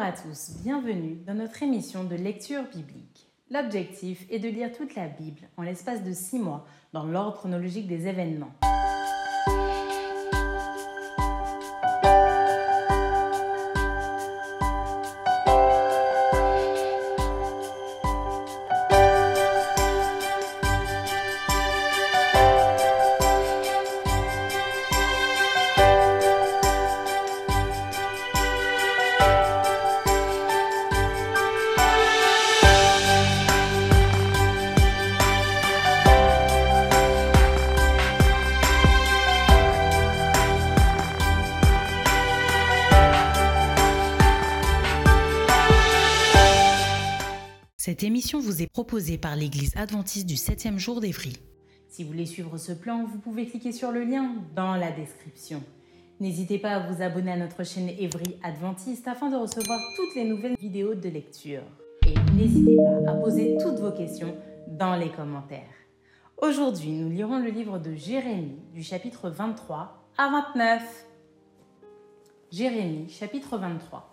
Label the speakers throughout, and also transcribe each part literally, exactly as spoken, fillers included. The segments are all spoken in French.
Speaker 1: à tous, bienvenue dans notre émission de lecture biblique. L'objectif est de lire toute la Bible en l'espace de six mois dans l'ordre chronologique des événements. Cette émission vous est proposée par l'Église adventiste du septième jour d'Évry. Si vous voulez suivre ce plan, vous pouvez cliquer sur le lien dans la description. N'hésitez pas à vous abonner à notre chaîne Évry Adventiste afin de recevoir toutes les nouvelles vidéos de lecture. Et n'hésitez pas à poser toutes vos questions dans les commentaires. Aujourd'hui, nous lirons le livre de Jérémie du chapitre vingt-trois à vingt-neuf. Jérémie, chapitre vingt-trois.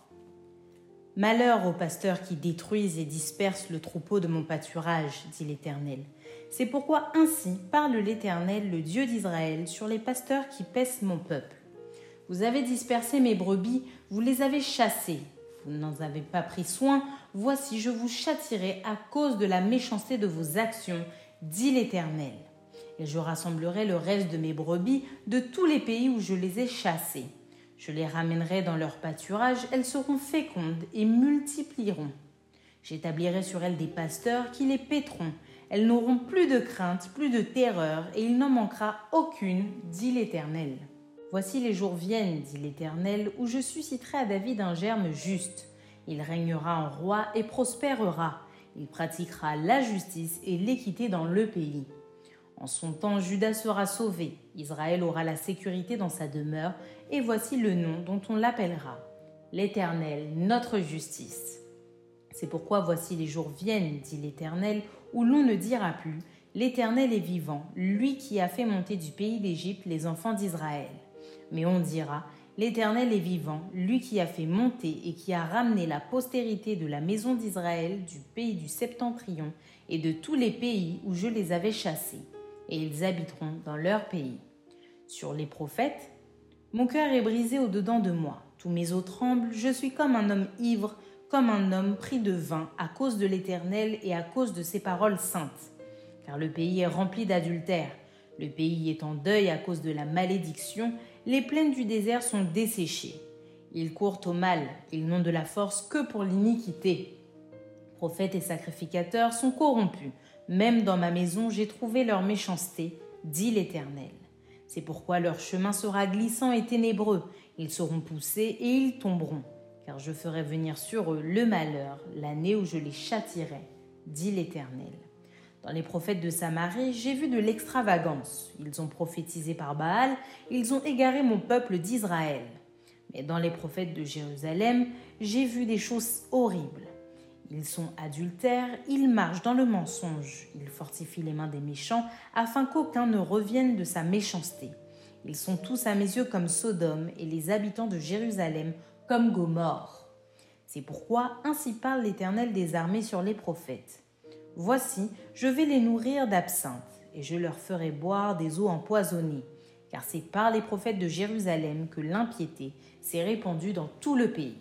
Speaker 1: Malheur aux pasteurs qui détruisent et dispersent le troupeau de mon pâturage, dit l'Éternel. C'est pourquoi ainsi parle l'Éternel, le Dieu d'Israël, sur les pasteurs qui paissent mon peuple. Vous avez dispersé mes brebis, vous les avez chassées. Vous n'en avez pas pris soin, voici je vous châtierai à cause de la méchanceté de vos actions, dit l'Éternel. Et je rassemblerai le reste de mes brebis de tous les pays où je les ai chassées. Je les ramènerai dans leur pâturage, elles seront fécondes et multiplieront. J'établirai sur elles des pasteurs qui les paîtront. Elles n'auront plus de crainte, plus de terreur, et il n'en manquera aucune, dit l'Éternel. Voici les jours viennent, dit l'Éternel, où je susciterai à David un germe juste. Il régnera en roi et prospérera. Il pratiquera la justice et l'équité dans le pays. En son temps, Juda sera sauvé, Israël aura la sécurité dans sa demeure, et voici le nom dont on l'appellera, l'Éternel, notre justice. C'est pourquoi voici les jours viennent, dit l'Éternel, où l'on ne dira plus, l'Éternel est vivant, lui qui a fait monter du pays d'Égypte les enfants d'Israël. Mais on dira, l'Éternel est vivant, lui qui a fait monter et qui a ramené la postérité de la maison d'Israël du pays du Septentrion et de tous les pays où je les avais chassés. Et ils habiteront dans leur pays. Sur les prophètes, mon cœur est brisé au-dedans de moi. Tous mes os tremblent, je suis comme un homme ivre, comme un homme pris de vin, à cause de l'Éternel et à cause de ses paroles saintes. Car le pays est rempli d'adultère, le pays est en deuil à cause de la malédiction, les plaines du désert sont desséchées. Ils courent au mal, ils n'ont de la force que pour l'iniquité. Prophètes et sacrificateurs sont corrompus. Même dans ma maison, j'ai trouvé leur méchanceté, dit l'Éternel. C'est pourquoi leur chemin sera glissant et ténébreux. Ils seront poussés et ils tomberont. Car je ferai venir sur eux le malheur, l'année où je les châtierai, dit l'Éternel. Dans les prophètes de Samarie, j'ai vu de l'extravagance. Ils ont prophétisé par Baal, ils ont égaré mon peuple d'Israël. Mais dans les prophètes de Jérusalem, j'ai vu des choses horribles. Ils sont adultères, ils marchent dans le mensonge, ils fortifient les mains des méchants afin qu'aucun ne revienne de sa méchanceté. Ils sont tous à mes yeux comme Sodome et les habitants de Jérusalem comme Gomorrhe. C'est pourquoi ainsi parle l'Éternel des armées sur les prophètes. Voici, je vais les nourrir d'absinthe et je leur ferai boire des eaux empoisonnées, car c'est par les prophètes de Jérusalem que l'impiété s'est répandue dans tout le pays.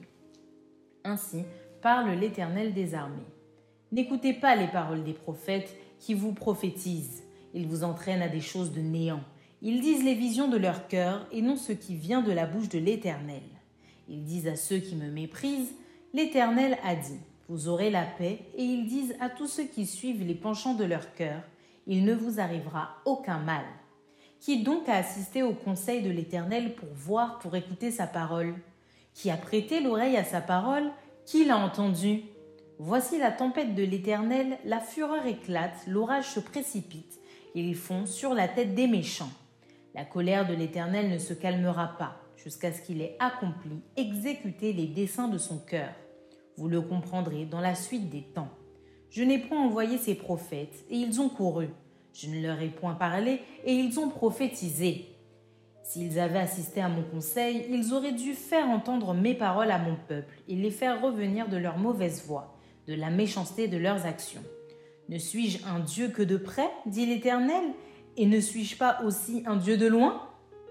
Speaker 1: Ainsi, parle l'Éternel des armées. N'écoutez pas les paroles des prophètes qui vous prophétisent. Ils vous entraînent à des choses de néant. Ils disent les visions de leur cœur et non ce qui vient de la bouche de l'Éternel. Ils disent à ceux qui me méprisent, l'Éternel a dit, vous aurez la paix, et ils disent à tous ceux qui suivent les penchants de leur cœur, il ne vous arrivera aucun mal. Qui donc a assisté au conseil de l'Éternel pour voir, pour écouter sa parole? Qui a prêté l'oreille à sa parole? Qui l'a entendu? Voici la tempête de l'Éternel, la fureur éclate, l'orage se précipite, et ils font sur la tête des méchants. La colère de l'Éternel ne se calmera pas, jusqu'à ce qu'il ait accompli, exécuté les desseins de son cœur. Vous le comprendrez dans la suite des temps. Je n'ai point envoyé ces prophètes, et ils ont couru. Je ne leur ai point parlé, et ils ont prophétisé. S'ils avaient assisté à mon conseil, ils auraient dû faire entendre mes paroles à mon peuple et les faire revenir de leur mauvaise voie, de la méchanceté de leurs actions. Ne suis-je un Dieu que de près, dit l'Éternel, et ne suis-je pas aussi un Dieu de loin?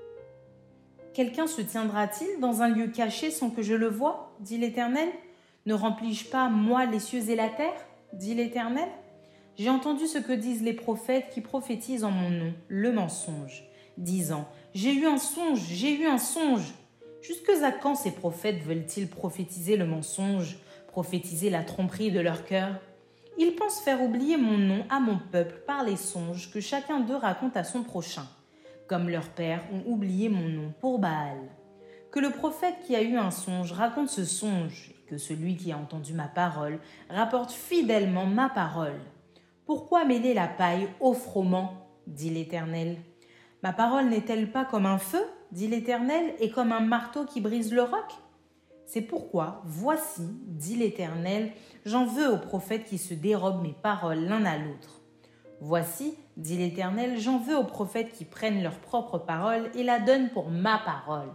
Speaker 1: Quelqu'un se tiendra-t-il dans un lieu caché sans que je le voie, dit l'Éternel? Ne remplis-je pas, moi, les cieux et la terre, dit l'Éternel? J'ai entendu ce que disent les prophètes qui prophétisent en mon nom, le mensonge, disant « J'ai eu un songe, j'ai eu un songe ». Jusque à quand ces prophètes veulent-ils prophétiser le mensonge, prophétiser la tromperie de leur cœur? Ils pensent faire oublier mon nom à mon peuple par les songes que chacun d'eux raconte à son prochain, comme leurs pères ont oublié mon nom pour Baal. Que le prophète qui a eu un songe raconte ce songe, et que celui qui a entendu ma parole rapporte fidèlement ma parole. Pourquoi mêler la paille au froment, dit l'Éternel? Ma parole n'est-elle pas comme un feu, dit l'Éternel, et comme un marteau qui brise le roc? C'est pourquoi, voici, dit l'Éternel, j'en veux aux prophètes qui se dérobent mes paroles l'un à l'autre. Voici, dit l'Éternel, j'en veux aux prophètes qui prennent leur propre parole et la donnent pour ma parole.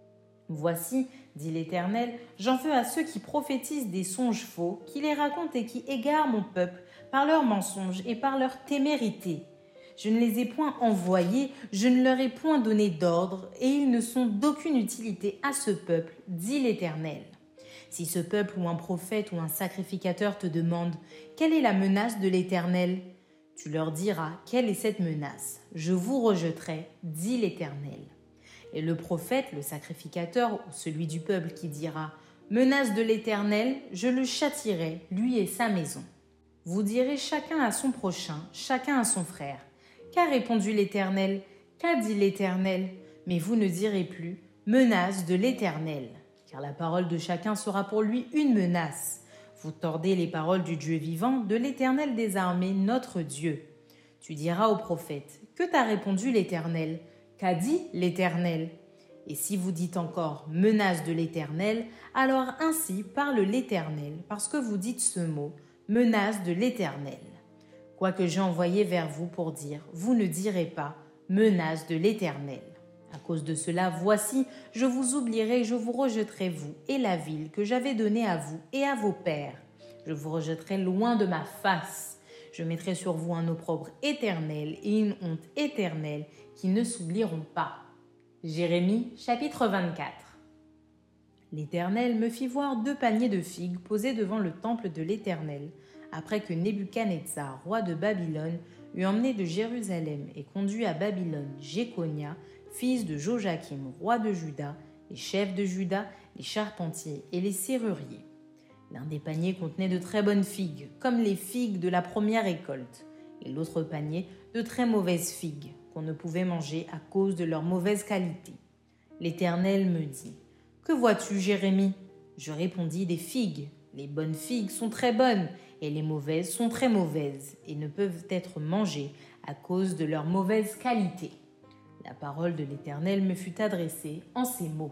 Speaker 1: Voici, dit l'Éternel, j'en veux à ceux qui prophétisent des songes faux, qui les racontent et qui égarent mon peuple par leurs mensonges et par leur témérité. Je ne les ai point envoyés, je ne leur ai point donné d'ordre, et ils ne sont d'aucune utilité à ce peuple, dit l'Éternel. Si ce peuple ou un prophète ou un sacrificateur te demande « Quelle est la menace de l'Éternel ?» Tu leur diras « Quelle est cette menace ?» Je vous rejetterai, dit l'Éternel. Et le prophète, le sacrificateur ou celui du peuple qui dira « Menace de l'Éternel », je le châtierai, lui et sa maison. Vous direz chacun à son prochain, chacun à son frère. Qu'a répondu l'Éternel? Qu'a dit l'Éternel? Mais vous ne direz plus « menace de l'Éternel », car la parole de chacun sera pour lui une menace. Vous tordez les paroles du Dieu vivant, de l'Éternel des armées, notre Dieu. Tu diras au prophète « Que t'a répondu l'Éternel? Qu'a dit l'Éternel ?» Et si vous dites encore « menace de l'Éternel », alors ainsi parle l'Éternel, parce que vous dites ce mot « menace de l'Éternel ». Quoique j'ai envoyé vers vous pour dire, vous ne direz pas « menace de l'Éternel ». À cause de cela, voici, je vous oublierai, je vous rejetterai vous et la ville que j'avais donnée à vous et à vos pères. Je vous rejetterai loin de ma face. Je mettrai sur vous un opprobre éternel et une honte éternelle qui ne s'oublieront pas. Jérémie, chapitre vingt-quatre. L'Éternel me fit voir deux paniers de figues posés devant le temple de l'Éternel, après que Nebuchadnezzar, roi de Babylone, eut emmené de Jérusalem et conduit à Babylone Jéconia, fils de Joachim, roi de Juda, les chefs de Juda, les charpentiers et les serruriers. L'un des paniers contenait de très bonnes figues, comme les figues de la première récolte, et l'autre panier de très mauvaises figues, qu'on ne pouvait manger à cause de leur mauvaise qualité. L'Éternel me dit, « Que vois-tu, Jérémie ?» Je répondis, « Des figues. Les bonnes figues sont très bonnes, et les mauvaises sont très mauvaises, et ne peuvent être mangées à cause de leur mauvaise qualité. » La parole de l'Éternel me fut adressée en ces mots.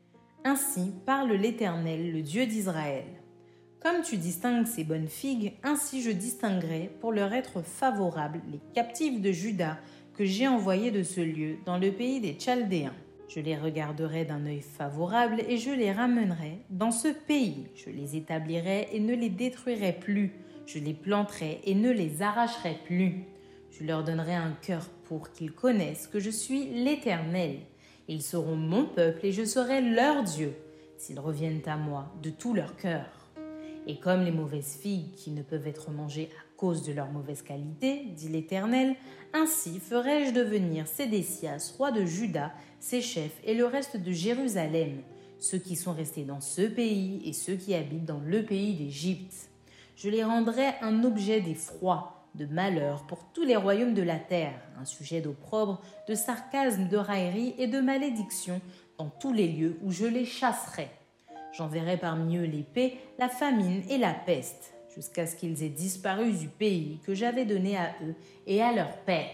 Speaker 1: Ainsi parle l'Éternel, le Dieu d'Israël. Comme tu distingues ces bonnes figues, ainsi je distinguerai pour leur être favorables les captifs de Juda que j'ai envoyés de ce lieu dans le pays des Chaldéens. Je les regarderai d'un œil favorable et je les ramènerai dans ce pays. Je les établirai et ne les détruirai plus. Je les planterai et ne les arracherai plus. Je leur donnerai un cœur pour qu'ils connaissent que je suis l'Éternel. Ils seront mon peuple et je serai leur Dieu, s'ils reviennent à moi de tout leur cœur. Et comme les mauvaises figues qui ne peuvent être mangées à cause de leur mauvaise qualité, dit l'Éternel, ainsi ferai-je devenir Sédécias, roi de Juda, ses chefs et le reste de Jérusalem, ceux qui sont restés dans ce pays et ceux qui habitent dans le pays d'Égypte. Je les rendrai un objet d'effroi, de malheur pour tous les royaumes de la terre, un sujet d'opprobre, de sarcasme, de raillerie et de malédiction dans tous les lieux où je les chasserai. J'enverrai parmi eux l'épée, la famine et la peste, jusqu'à ce qu'ils aient disparu du pays que j'avais donné à eux et à leurs pères.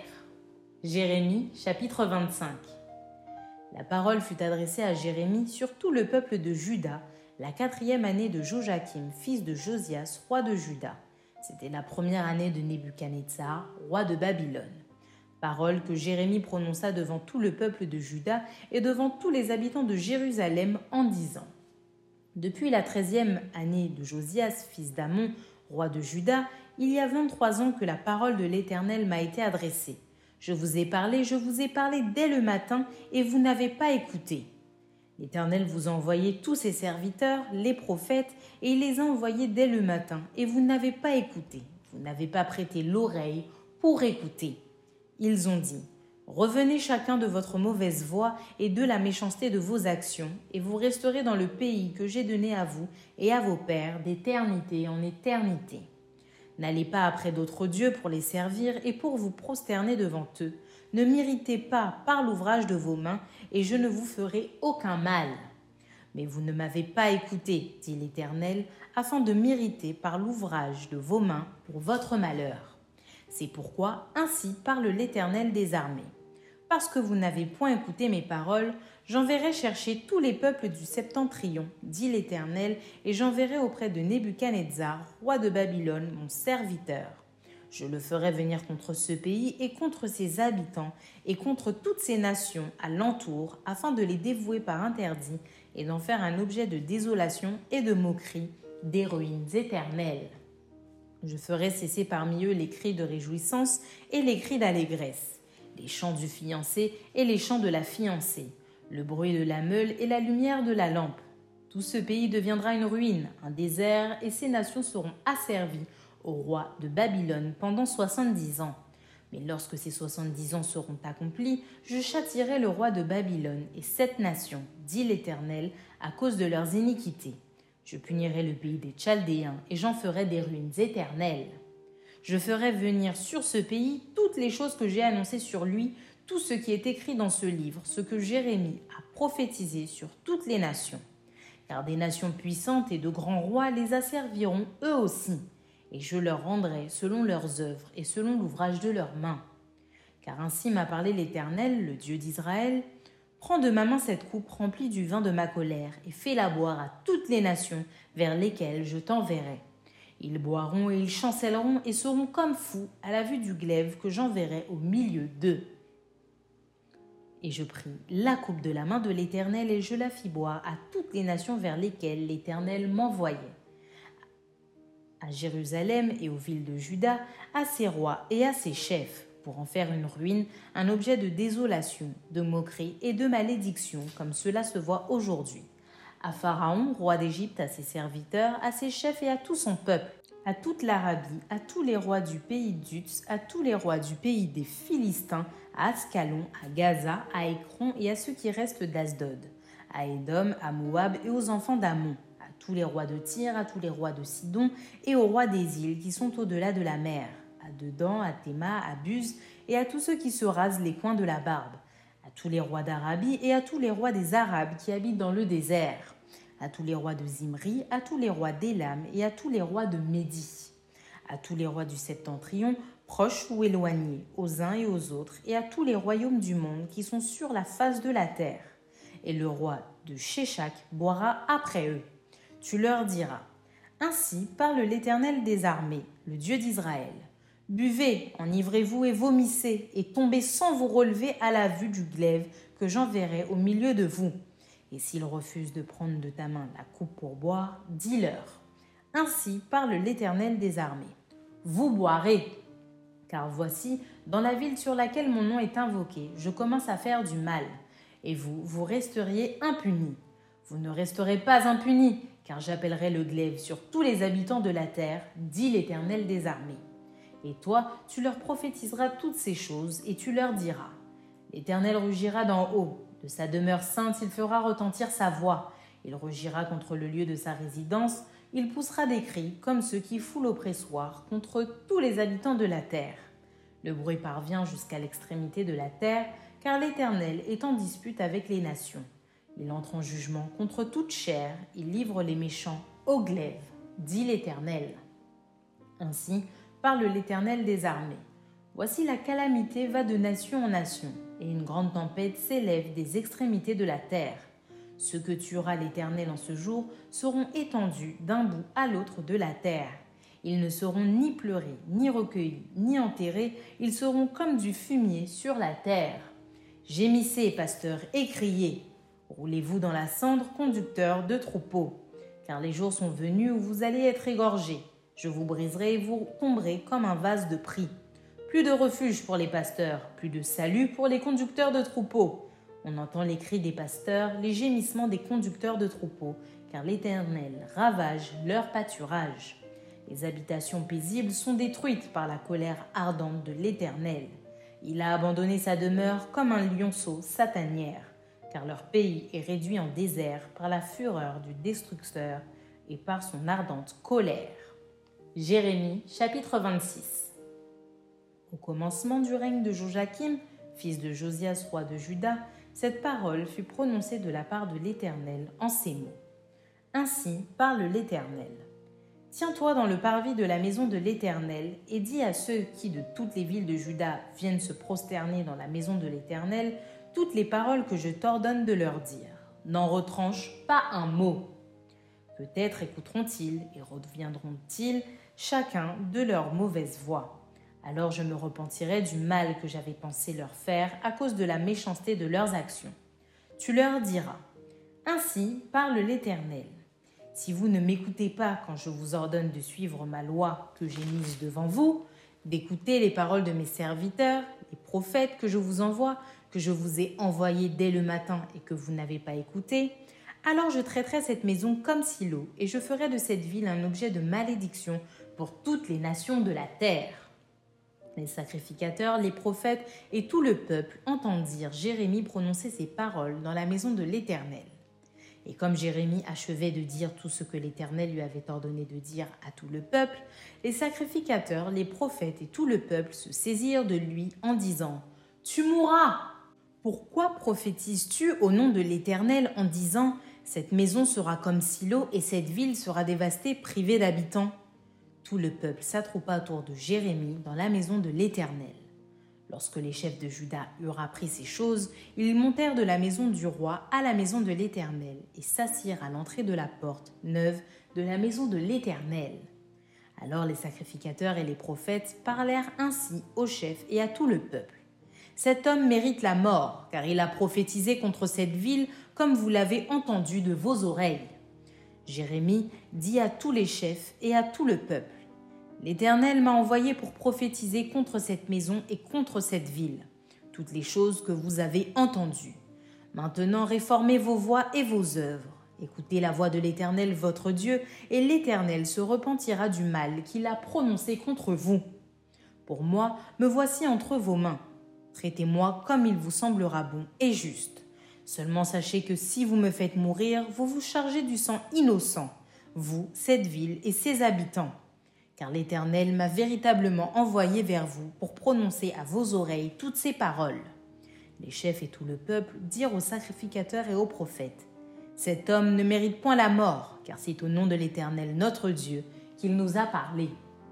Speaker 1: Jérémie, chapitre vingt-cinq. La parole fut adressée à Jérémie sur tout le peuple de Juda, la quatrième année de Joachim, fils de Josias, roi de Juda. C'était la première année de Nebuchadnezzar, roi de Babylone. Paroles que Jérémie prononça devant tout le peuple de Juda et devant tous les habitants de Jérusalem en disant : Depuis la treizième année de Josias, fils d'Amon, roi de Juda, il y a vingt-trois ans que la parole de l'Éternel m'a été adressée. Je vous ai parlé, je vous ai parlé dès le matin, et vous n'avez pas écouté. L'Éternel vous a envoyé tous ses serviteurs, les prophètes, et il les a envoyés dès le matin, et vous n'avez pas écouté. Vous n'avez pas prêté l'oreille pour écouter. Ils ont dit : Revenez chacun de votre mauvaise voie et de la méchanceté de vos actions, et vous resterez dans le pays que j'ai donné à vous et à vos pères d'éternité en éternité. N'allez pas après d'autres dieux pour les servir et pour vous prosterner devant eux. Ne m'irritez pas par l'ouvrage de vos mains, et je ne vous ferai aucun mal. Mais vous ne m'avez pas écouté, dit l'Éternel, afin de m'irriter par l'ouvrage de vos mains pour votre malheur. C'est pourquoi ainsi parle l'Éternel des armées. Parce que vous n'avez point écouté mes paroles, j'enverrai chercher tous les peuples du septentrion, dit l'Éternel, et j'enverrai auprès de Nebuchadnezzar, roi de Babylone, mon serviteur. Je le ferai venir contre ce pays et contre ses habitants et contre toutes ces nations à l'entour, afin de les dévouer par interdit et d'en faire un objet de désolation et de moquerie, des ruines éternelles. Je ferai cesser parmi eux les cris de réjouissance et les cris d'allégresse, les chants du fiancé et les chants de la fiancée, le bruit de la meule et la lumière de la lampe. Tout ce pays deviendra une ruine, un désert, et ces nations seront asservies au roi de Babylone pendant soixante-dix ans. Mais lorsque ces soixante-dix ans seront accomplis, je châtierai le roi de Babylone et cette nation, dit l'Éternel, à cause de leurs iniquités. Je punirai le pays des Chaldéens et j'en ferai des ruines éternelles. Je ferai venir sur ce pays toutes les choses que j'ai annoncées sur lui, tout ce qui est écrit dans ce livre, ce que Jérémie a prophétisé sur toutes les nations. Car des nations puissantes et de grands rois les asserviront eux aussi, et je leur rendrai selon leurs œuvres et selon l'ouvrage de leurs mains. Car ainsi m'a parlé l'Éternel, le Dieu d'Israël. Prends de ma main cette coupe remplie du vin de ma colère et fais-la boire à toutes les nations vers lesquelles je t'enverrai. Ils boiront et ils chancelleront et seront comme fous à la vue du glaive que j'enverrai au milieu d'eux. Et je pris la coupe de la main de l'Éternel et je la fis boire à toutes les nations vers lesquelles l'Éternel m'envoyait. À Jérusalem et aux villes de Juda, à ses rois et à ses chefs, pour en faire une ruine, un objet de désolation, de moquerie et de malédiction, comme cela se voit aujourd'hui. À Pharaon, roi d'Égypte, à ses serviteurs, à ses chefs et à tout son peuple, à toute l'Arabie, à tous les rois du pays d'Utz, à tous les rois du pays des Philistins, à Ascalon, à Gaza, à Écron et à ceux qui restent d'Asdod, à Édom, à Moab et aux enfants d'Ammon, à tous les rois de Tyr, à tous les rois de Sidon et aux rois des îles qui sont au-delà de la mer, à Dedan, à Théma, à Buz et à tous ceux qui se rasent les coins de la barbe, à tous les rois d'Arabie et à tous les rois des Arabes qui habitent dans le désert, à tous les rois de Zimri, à tous les rois d'Élam et à tous les rois de Médie, à tous les rois du septentrion, proches ou éloignés, aux uns et aux autres, et à tous les royaumes du monde qui sont sur la face de la terre. Et le roi de Sheshak boira après eux. Tu leur diras : Ainsi parle l'Éternel des armées, le Dieu d'Israël. Buvez, enivrez-vous et vomissez, et tombez sans vous relever à la vue du glaive que j'enverrai au milieu de vous. Et s'ils refusent de prendre de ta main la coupe pour boire, dis-leur : Ainsi parle l'Éternel des armées. Vous boirez. Car voici, dans la ville sur laquelle mon nom est invoqué, je commence à faire du mal. Et vous, vous resteriez impunis. Vous ne resterez pas impunis, car j'appellerai le glaive sur tous les habitants de la terre, dit l'Éternel des armées. Et toi, tu leur prophétiseras toutes ces choses, et tu leur diras : L'Éternel rugira d'en haut. De sa demeure sainte, il fera retentir sa voix. Il rugira contre le lieu de sa résidence. Il poussera des cris comme ceux qui foulent au pressoir contre tous les habitants de la terre. Le bruit parvient jusqu'à l'extrémité de la terre, car l'Éternel est en dispute avec les nations. Il entre en jugement contre toute chair, il livre les méchants au glaive, dit l'Éternel. Ainsi parle l'Éternel des armées. Voici la calamité va de nation en nation, et une grande tempête s'élève des extrémités de la terre. Ceux que tuera l'Éternel en ce jour seront étendus d'un bout à l'autre de la terre. Ils ne seront ni pleurés, ni recueillis, ni enterrés, ils seront comme du fumier sur la terre. Gémissez, pasteurs, et criez. Roulez-vous dans la cendre, conducteurs de troupeaux. Car les jours sont venus où vous allez être égorgés. Je vous briserai et vous tomberez comme un vase de prix. Plus de refuge pour les pasteurs, plus de salut pour les conducteurs de troupeaux. On entend les cris des pasteurs, les gémissements des conducteurs de troupeaux, car l'Éternel ravage leur pâturage. Les habitations paisibles sont détruites par la colère ardente de l'Éternel. Il a abandonné sa demeure comme un lionceau sa tanière, car leur pays est réduit en désert par la fureur du destructeur et par son ardente colère. Jérémie, chapitre vingt-six. Au commencement du règne de Joachim, fils de Josias, roi de Juda, cette parole fut prononcée de la part de l'Éternel en ces mots. Ainsi parle l'Éternel. Tiens-toi dans le parvis de la maison de l'Éternel et dis à ceux qui de toutes les villes de Juda viennent se prosterner dans la maison de l'Éternel toutes les paroles que je t'ordonne de leur dire. N'en retranche pas un mot. Peut-être écouteront-ils et reviendront-ils chacun de leur mauvaise voie. Alors je me repentirai du mal que j'avais pensé leur faire à cause de la méchanceté de leurs actions. Tu leur diras, ainsi parle l'Éternel. Si vous ne m'écoutez pas quand je vous ordonne de suivre ma loi que j'ai mise devant vous, d'écouter les paroles de mes serviteurs, les prophètes que je vous envoie, que je vous ai envoyés dès le matin et que vous n'avez pas écouté, alors je traiterai cette maison comme Silo et je ferai de cette ville un objet de malédiction pour toutes les nations de la terre. Les sacrificateurs, les prophètes et tout le peuple entendirent Jérémie prononcer ces paroles dans la maison de l'Éternel. Et comme Jérémie achevait de dire tout ce que l'Éternel lui avait ordonné de dire à tout le peuple, les sacrificateurs, les prophètes et tout le peuple se saisirent de lui en disant « Tu mourras ! Pourquoi prophétises-tu au nom de l'Éternel en disant « Cette maison sera comme Silo et cette ville sera dévastée, privée d'habitants » Tout le peuple s'attroupa autour de Jérémie dans la maison de l'Éternel. Lorsque les chefs de Juda eurent appris ces choses, ils montèrent de la maison du roi à la maison de l'Éternel et s'assirent à l'entrée de la porte neuve de la maison de l'Éternel. Alors les sacrificateurs et les prophètes parlèrent ainsi aux chefs et à tout le peuple. Cet homme mérite la mort, car il a prophétisé contre cette ville comme vous l'avez entendu de vos oreilles. Jérémie dit à tous les chefs et à tout le peuple. L'Éternel m'a envoyé pour prophétiser contre cette maison et contre cette ville, toutes les choses que vous avez entendues. Maintenant, réformez vos voies et vos œuvres. Écoutez la voix de l'Éternel, votre Dieu, et l'Éternel se repentira du mal qu'il a prononcé contre vous. Pour moi, me voici entre vos mains. Traitez-moi comme il vous semblera bon et juste. Seulement sachez que si vous me faites mourir, vous vous chargez du sang innocent, vous, cette ville et ses habitants. Car l'Éternel m'a véritablement envoyé vers vous pour prononcer à vos oreilles toutes ces paroles. Les chefs et tout le peuple dirent aux sacrificateurs et aux prophètes, « Cet homme ne mérite point la mort, car c'est au nom de l'Éternel notre Dieu qu'il nous a parlé. »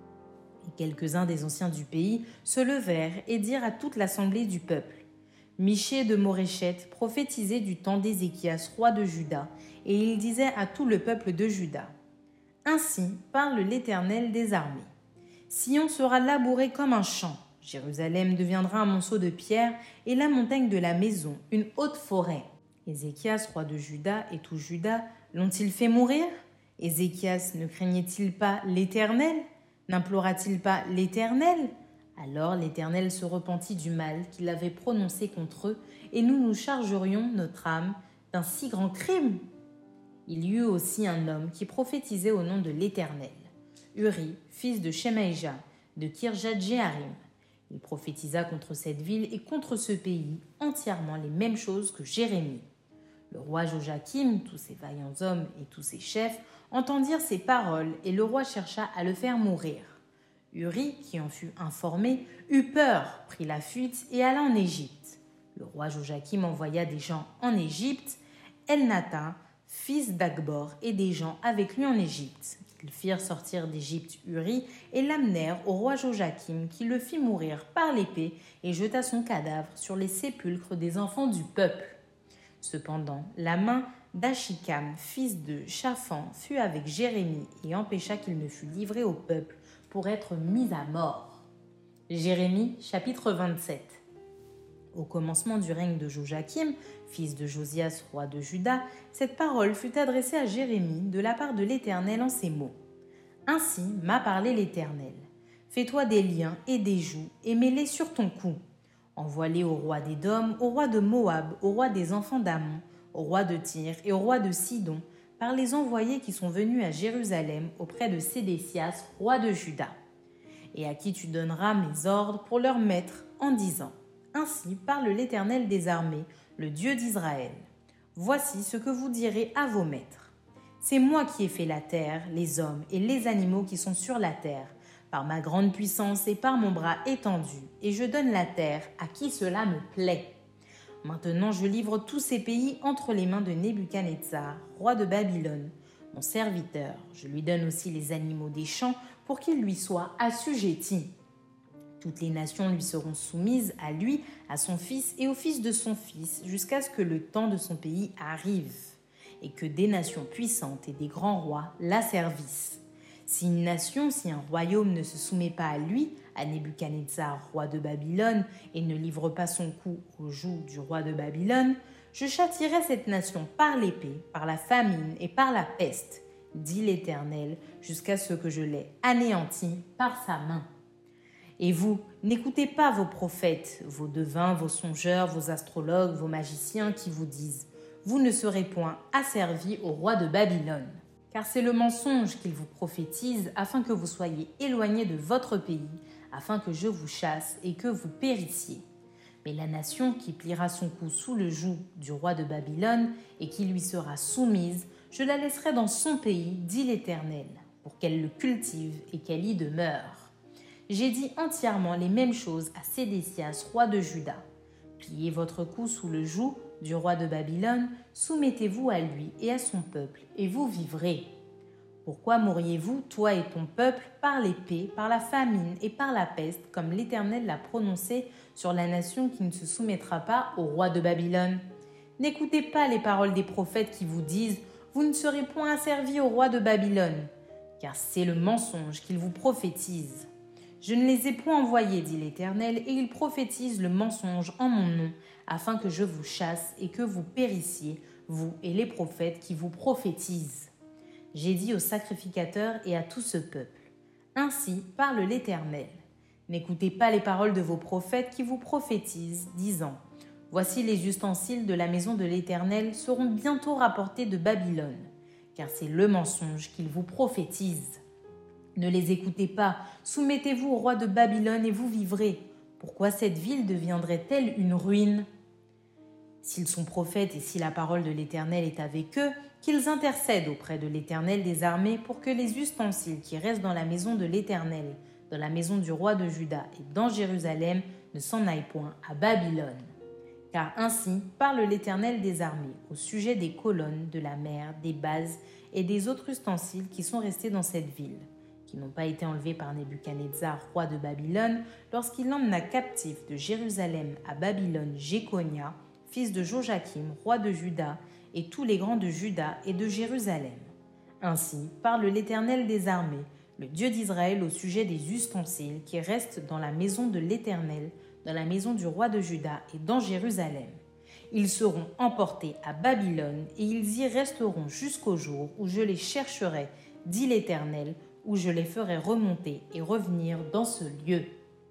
Speaker 1: Et quelques-uns des anciens du pays se levèrent et dirent à toute l'assemblée du peuple, « Michée de Moréchette prophétisait du temps d'Ézéchias, roi de Juda, et il disait à tout le peuple de Juda, « Ainsi parle l'Éternel des armées. Sion sera labouré comme un champ, Jérusalem deviendra un monceau de pierre et la montagne de la maison une haute forêt. » Ézéchias, roi de Juda, et tout Juda l'ont-ils fait mourir? Ézéchias ne craignait-il pas l'Éternel? N'implora-t-il pas l'Éternel? Alors l'Éternel se repentit du mal qu'il avait prononcé contre eux, et nous nous chargerions notre âme d'un si grand crime. Il y eut aussi un homme qui prophétisait au nom de l'Éternel, Uri, fils de Shemaïja, de Kirjat-Jéarim. Il prophétisa contre cette ville et contre ce pays entièrement les mêmes choses que Jérémie. Le roi Joachim, tous ses vaillants hommes et tous ses chefs entendirent ces paroles et le roi chercha à le faire mourir. Uri, qui en fut informé, eut peur, prit la fuite et alla en Égypte. Le roi Joachim envoya des gens en Égypte, Elnathan, fils d'Akbor, et des gens avec lui en Égypte. Ils firent sortir d'Égypte Uri et l'amenèrent au roi Joachim, qui le fit mourir par l'épée et jeta son cadavre sur les sépulcres des enfants du peuple. Cependant, la main d'Achikam, fils de Shaphan, fut avec Jérémie et empêcha qu'il ne fût livré au peuple pour être mis à mort. Jérémie chapitre vingt-sept. Au commencement du règne de Joachim, fils de Josias, roi de Juda, cette parole fut adressée à Jérémie de la part de l'Éternel en ces mots. Ainsi m'a parlé l'Éternel. Fais-toi des liens et des jougs et mets-les sur ton cou. Envoie-les au roi d'Édom, au roi de Moab, au roi des enfants d'Ammon, au roi de Tyr et au roi de Sidon, par les envoyés qui sont venus à Jérusalem auprès de Sédécias, roi de Juda, et à qui tu donneras mes ordres pour leur mettre en disant « Ainsi parle l'Éternel des armées, le Dieu d'Israël. Voici ce que vous direz à vos maîtres. C'est moi qui ai fait la terre, les hommes et les animaux qui sont sur la terre, par ma grande puissance et par mon bras étendu, et je donne la terre à qui cela me plaît. Maintenant je livre tous ces pays entre les mains de Nebuchadnezzar, roi de Babylone, mon serviteur. Je lui donne aussi les animaux des champs pour qu'ils lui soient assujettis. Toutes les nations lui seront soumises à lui, à son fils et au fils de son fils, jusqu'à ce que le temps de son pays arrive, et que des nations puissantes et des grands rois l'asservissent. Si une nation, si un royaume ne se soumet pas à lui, à Nebuchadnezzar, roi de Babylone, et ne livre pas son cou au joug du roi de Babylone, je châtierai cette nation par l'épée, par la famine et par la peste, dit l'Éternel, jusqu'à ce que je l'ai anéanti par sa main. Et vous, n'écoutez pas vos prophètes, vos devins, vos songeurs, vos astrologues, vos magiciens qui vous disent « Vous ne serez point asservis au roi de Babylone ». Car c'est le mensonge qu'il vous prophétise afin que vous soyez éloignés de votre pays, afin que je vous chasse et que vous périssiez. Mais la nation qui pliera son cou sous le joug du roi de Babylone et qui lui sera soumise, je la laisserai dans son pays, dit l'Éternel, pour qu'elle le cultive et qu'elle y demeure. J'ai dit entièrement les mêmes choses à Sédécias, roi de Juda. Pliez votre cou sous le joug du roi de Babylone, soumettez-vous à lui et à son peuple, et vous vivrez. Pourquoi mourriez-vous, toi et ton peuple, par l'épée, par la famine et par la peste, comme l'Éternel l'a prononcé sur la nation qui ne se soumettra pas au roi de Babylone? N'écoutez pas les paroles des prophètes qui vous disent « Vous ne serez point asservis au roi de Babylone », car c'est le mensonge qu'ils vous prophétisent. Je ne les ai point envoyés, dit l'Éternel, et ils prophétisent le mensonge en mon nom, afin que je vous chasse et que vous périssiez, vous et les prophètes qui vous prophétisent. J'ai dit aux sacrificateurs et à tout ce peuple, ainsi parle l'Éternel. N'écoutez pas les paroles de vos prophètes qui vous prophétisent, disant, voici les ustensiles de la maison de l'Éternel seront bientôt rapportés de Babylone, car c'est le mensonge qu'ils vous prophétisent. Ne les écoutez pas, soumettez-vous au roi de Babylone et vous vivrez. Pourquoi cette ville deviendrait-elle une ruine? S'ils sont prophètes et si la parole de l'Éternel est avec eux, qu'ils intercèdent auprès de l'Éternel des armées pour que les ustensiles qui restent dans la maison de l'Éternel, dans la maison du roi de Juda et dans Jérusalem ne s'en aillent point à Babylone. Car ainsi parle l'Éternel des armées au sujet des colonnes, de la mer, des bases et des autres ustensiles qui sont restés dans cette ville, qui n'ont pas été enlevés par Nebuchadnezzar, roi de Babylone, lorsqu'il emmena captif de Jérusalem à Babylone Jéconia, fils de Joachim, roi de Juda, et tous les grands de Juda et de Jérusalem. Ainsi parle l'Éternel des armées, le Dieu d'Israël, au sujet des ustensiles qui restent dans la maison de l'Éternel, dans la maison du roi de Juda et dans Jérusalem. Ils seront emportés à Babylone et ils y resteront jusqu'au jour où je les chercherai, dit l'Éternel, où je les ferai remonter et revenir dans ce lieu.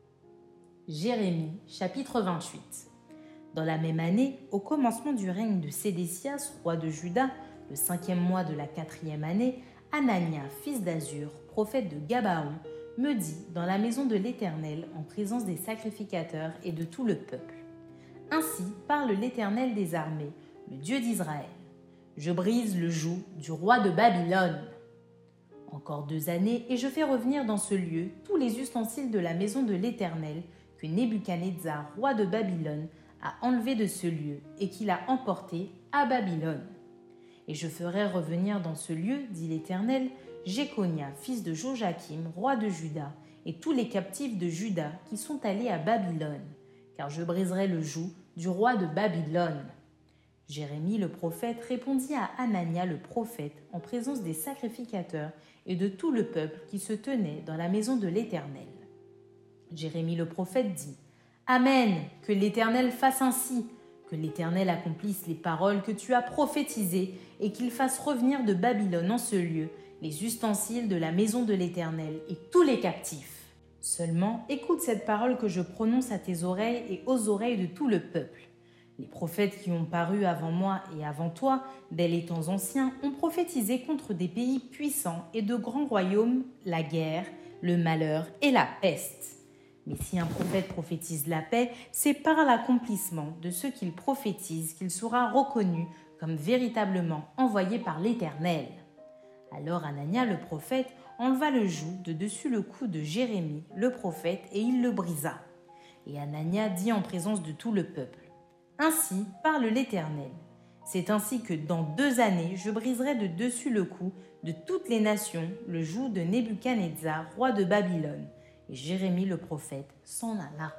Speaker 1: Jérémie, chapitre vingt-huit. Dans la même année, au commencement du règne de Sédécias, roi de Juda, le cinquième mois de la quatrième année, Anania, fils d'Azur, prophète de Gabaon, me dit dans la maison de l'Éternel, en présence des sacrificateurs et de tout le peuple. Ainsi parle l'Éternel des armées, le Dieu d'Israël. Je brise le joug du roi de Babylone. Encore deux années, et je fais revenir dans ce lieu tous les ustensiles de la maison de l'Éternel que Nebuchadnezzar, roi de Babylone, a enlevé de ce lieu et qu'il a emporté à Babylone. Et je ferai revenir dans ce lieu, dit l'Éternel, Jéconia, fils de Joachim, roi de Juda, et tous les captifs de Juda qui sont allés à Babylone, car je briserai le joug du roi de Babylone. Jérémie le prophète répondit à Anania le prophète en présence des sacrificateurs et de tout le peuple qui se tenait dans la maison de l'Éternel. Jérémie le prophète dit « Amen, que l'Éternel fasse ainsi, que l'Éternel accomplisse les paroles que tu as prophétisées et qu'il fasse revenir de Babylone en ce lieu les ustensiles de la maison de l'Éternel et tous les captifs. Seulement, écoute cette parole que je prononce à tes oreilles et aux oreilles de tout le peuple. Les prophètes qui ont paru avant moi et avant toi, dès les temps anciens, ont prophétisé contre des pays puissants et de grands royaumes la guerre, le malheur et la peste. Mais si un prophète prophétise la paix, c'est par l'accomplissement de ce qu'il prophétise qu'il sera reconnu comme véritablement envoyé par l'Éternel. » Alors Anania le prophète enleva le joug de dessus le cou de Jérémie le prophète et il le brisa. Et Anania dit en présence de tout le peuple « Ainsi parle l'Éternel. C'est ainsi que dans deux années je briserai de dessus le cou de toutes les nations le joug de Nebuchadnezzar, roi de Babylone. » Et Jérémie le prophète s'en alla.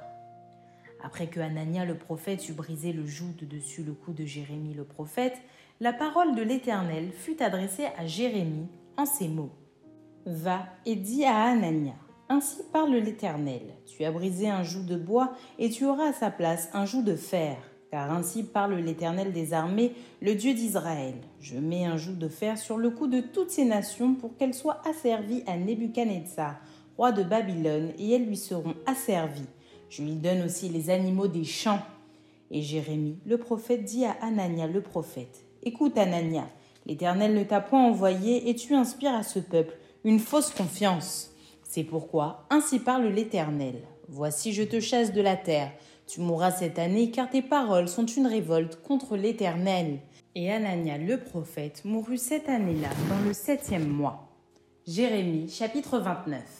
Speaker 1: Après que Anania le prophète eut brisé le joug de dessus le cou de Jérémie le prophète, la parole de l'Éternel fut adressée à Jérémie en ces mots. « Va et dis à Anania, ainsi parle l'Éternel, tu as brisé un joug de bois et tu auras à sa place un joug de fer. Car ainsi parle l'Éternel des armées, le Dieu d'Israël. Je mets un joug de fer sur le cou de toutes ces nations pour qu'elles soient asservies à Nebuchadnezzar, roi de Babylone, et elles lui seront asservies. Je lui donne aussi les animaux des champs. » Et Jérémie, le prophète, dit à Anania, le prophète, « Écoute, Anania, l'Éternel ne t'a point envoyé et tu inspires à ce peuple une fausse confiance. C'est pourquoi, ainsi parle l'Éternel. Voici, je te chasse de la terre. Tu mourras cette année, car tes paroles sont une révolte contre l'Éternel. » Et Anania, le prophète, mourut cette année-là, dans le septième mois. Jérémie, chapitre vingt-neuf.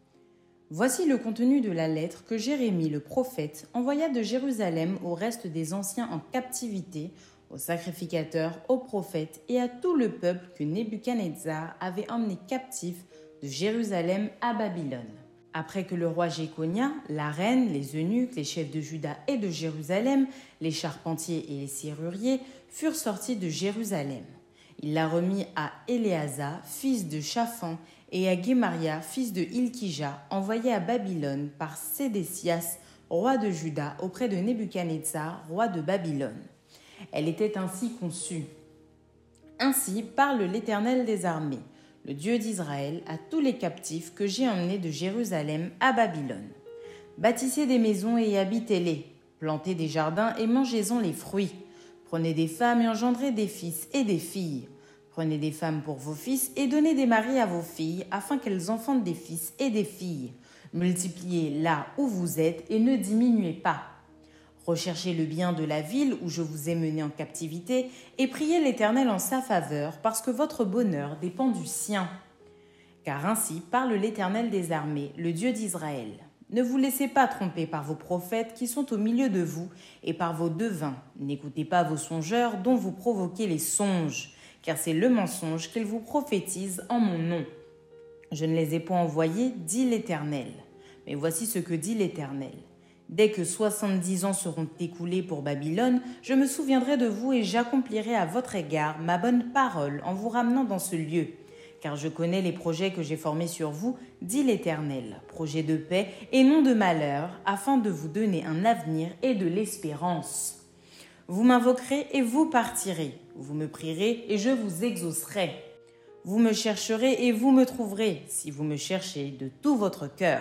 Speaker 1: Voici le contenu de la lettre que Jérémie le prophète envoya de Jérusalem au reste des anciens en captivité, aux sacrificateurs, aux prophètes et à tout le peuple que Nebuchadnezzar avait emmené captif de Jérusalem à Babylone. Après que le roi Jéconia, la reine, les eunuques, les chefs de Juda et de Jérusalem, les charpentiers et les serruriers furent sortis de Jérusalem. Il l'a remis à Éléazar, fils de Shaphan, et à Guémaria, fils de Hilkija, envoyé à Babylone par Sédécias, roi de Juda, auprès de Nebuchadnezzar, roi de Babylone. Elle était ainsi conçue. Ainsi parle l'Éternel des armées, le Dieu d'Israël, à tous les captifs que j'ai emmenés de Jérusalem à Babylone. Bâtissez des maisons et habitez-les, plantez des jardins et mangez-en les fruits. Prenez des femmes et engendrez des fils et des filles. Prenez des femmes pour vos fils et donnez des maris à vos filles, afin qu'elles enfantent des fils et des filles. Multipliez là où vous êtes et ne diminuez pas. Recherchez le bien de la ville où je vous ai mené en captivité et priez l'Éternel en sa faveur, parce que votre bonheur dépend du sien. Car ainsi parle l'Éternel des armées, le Dieu d'Israël. Ne vous laissez pas tromper par vos prophètes qui sont au milieu de vous et par vos devins. N'écoutez pas vos songeurs dont vous provoquez les songes, car c'est le mensonge qu'ils vous prophétisent en mon nom. Je ne les ai point envoyés, dit l'Éternel. Mais voici ce que dit l'Éternel. Dès que soixante-dix ans seront écoulés pour Babylone, je me souviendrai de vous et j'accomplirai à votre égard ma bonne parole en vous ramenant dans ce lieu. Car je connais les projets que j'ai formés sur vous, dit l'Éternel, projets de paix et non de malheur, afin de vous donner un avenir et de l'espérance. Vous m'invoquerez et vous partirez. Vous me prierez et je vous exaucerai. Vous me chercherez et vous me trouverez, si vous me cherchez de tout votre cœur.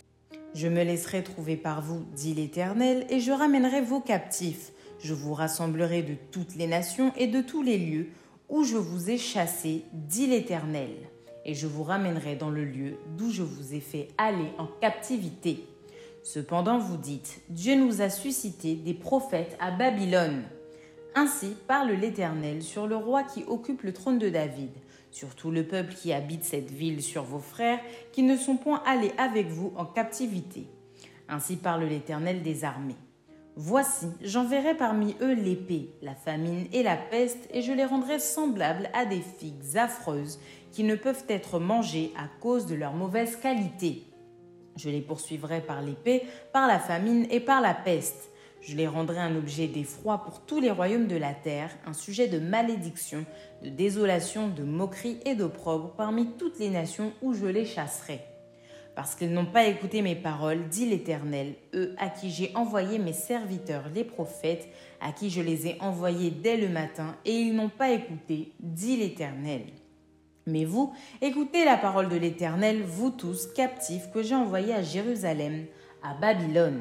Speaker 1: Je me laisserai trouver par vous, dit l'Éternel, et je ramènerai vos captifs. Je vous rassemblerai de toutes les nations et de tous les lieux où je vous ai chassés, dit l'Éternel. Et je vous ramènerai dans le lieu d'où je vous ai fait aller en captivité. Cependant vous dites, Dieu nous a suscité des prophètes à Babylone. Ainsi parle l'Éternel sur le roi qui occupe le trône de David, sur tout le peuple qui habite cette ville, sur vos frères qui ne sont point allés avec vous en captivité. Ainsi parle l'Éternel des armées. Voici, j'enverrai parmi eux l'épée, la famine et la peste, et je les rendrai semblables à des figues affreuses qui ne peuvent être mangées à cause de leur mauvaise qualité. Je les poursuivrai par l'épée, par la famine et par la peste. Je les rendrai un objet d'effroi pour tous les royaumes de la terre, un sujet de malédiction, de désolation, de moquerie et d'opprobre parmi toutes les nations où je les chasserai. Parce qu'ils n'ont pas écouté mes paroles, dit l'Éternel, eux à qui j'ai envoyé mes serviteurs, les prophètes, à qui je les ai envoyés dès le matin, et ils n'ont pas écouté, dit l'Éternel. Mais vous, écoutez la parole de l'Éternel, vous tous, captifs, que j'ai envoyés à Jérusalem, à Babylone.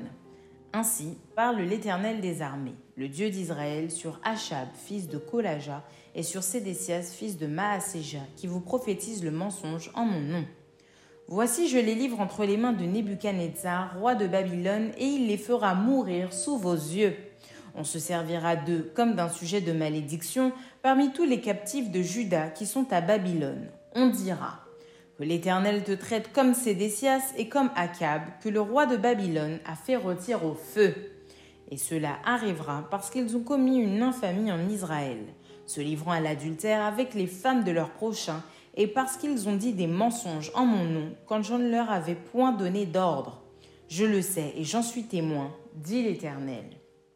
Speaker 1: Ainsi parle l'Éternel des armées, le Dieu d'Israël, sur Achab, fils de Kolaja, et sur Sédécias, fils de Maaséja, qui vous prophétisent le mensonge en mon nom. Voici, je les livre entre les mains de Nebuchadnezzar, roi de Babylone, et il les fera mourir sous vos yeux. On se servira d'eux comme d'un sujet de malédiction parmi tous les captifs de Juda qui sont à Babylone. On dira que l'Éternel te traite comme Sédécias et comme Achab, que le roi de Babylone a fait rôtir au feu. Et cela arrivera parce qu'ils ont commis une infamie en Israël, se livrant à l'adultère avec les femmes de leurs prochains, et parce qu'ils ont dit des mensonges en mon nom quand je ne leur avais point donné d'ordre. Je le sais et j'en suis témoin, dit l'Éternel.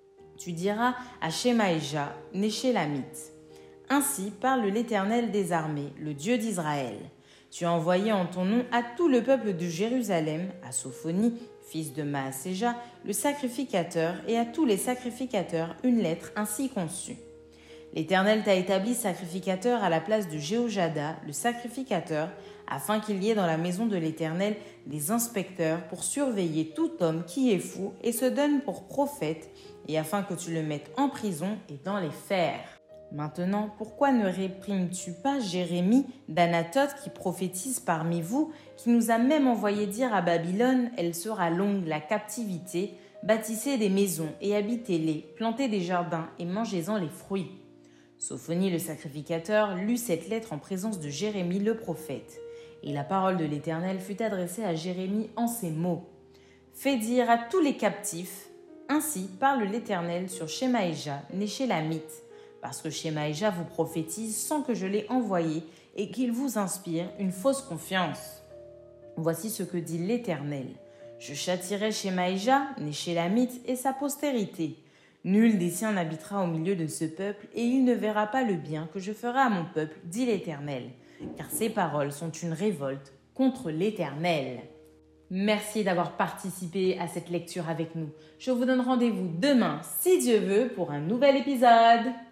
Speaker 1: Tu diras à Shemaïja, Néchélamite. Ainsi parle l'Éternel des armées, le Dieu d'Israël. Tu as envoyé en ton nom à tout le peuple de Jérusalem, à Sophonie, fils de Maaséja, le sacrificateur, et à tous les sacrificateurs une lettre ainsi conçue. L'Éternel t'a établi sacrificateur à la place de Jéhojada, le sacrificateur, afin qu'il y ait dans la maison de l'Éternel des inspecteurs pour surveiller tout homme qui est fou et se donne pour prophète, et afin que tu le mettes en prison et dans les fers. Maintenant, pourquoi ne réprimes-tu pas Jérémie d'Anathoth qui prophétise parmi vous, qui nous a même envoyé dire à Babylone, elle sera longue la captivité, bâtissez des maisons et habitez-les, plantez des jardins et mangez-en les fruits. Sophonie le sacrificateur lut cette lettre en présence de Jérémie le prophète. Et la parole de l'Éternel fut adressée à Jérémie en ces mots. Fais dire à tous les captifs, ainsi parle l'Éternel sur Shemaïja, Néchélamite, parce que Shemaïja vous prophétise sans que je l'ai envoyé et qu'il vous inspire une fausse confiance. Voici ce que dit l'Éternel. Je châtierai Shemaïja, Néchélamite et sa postérité. Nul des siens n'habitera au milieu de ce peuple, et il ne verra pas le bien que je ferai à mon peuple, dit l'Éternel, car ces paroles sont une révolte contre l'Éternel. Merci d'avoir participé à cette lecture avec nous. Je vous donne rendez-vous demain, si Dieu veut, pour un nouvel épisode.